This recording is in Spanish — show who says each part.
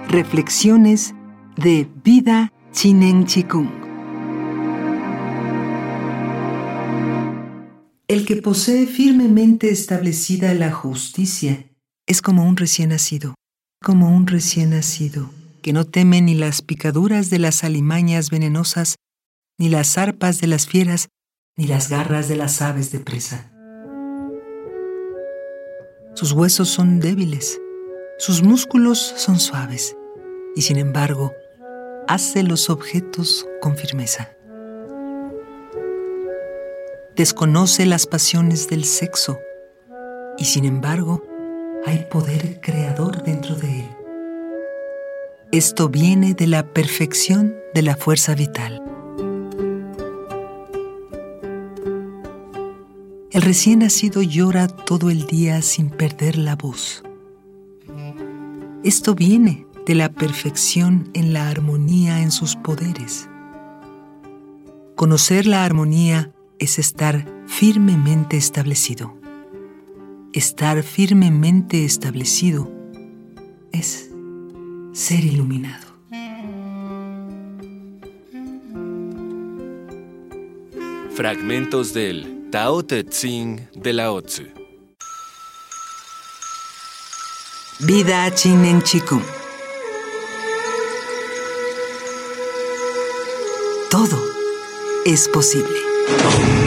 Speaker 1: Reflexiones de Vida Chinen Chikung. El que posee firmemente establecida la justicia es como un recién nacido, que no teme ni las picaduras de las alimañas venenosas, ni las zarpas de las fieras, ni las garras de las aves de presa. Sus huesos son débiles, sus músculos son suaves, y sin embargo, hace los objetos con firmeza. Desconoce las pasiones del sexo, y sin embargo, hay poder creador dentro de él. Esto viene de la perfección de la fuerza vital. El recién nacido llora todo el día sin perder la voz. Esto viene de la perfección en la armonía en sus poderes. Conocer la armonía es estar firmemente establecido. Estar firmemente establecido es ser iluminado.
Speaker 2: Fragmentos del Tao Te Ching de Lao Tzu.
Speaker 1: Vida Chinen Chikung. Todo es posible.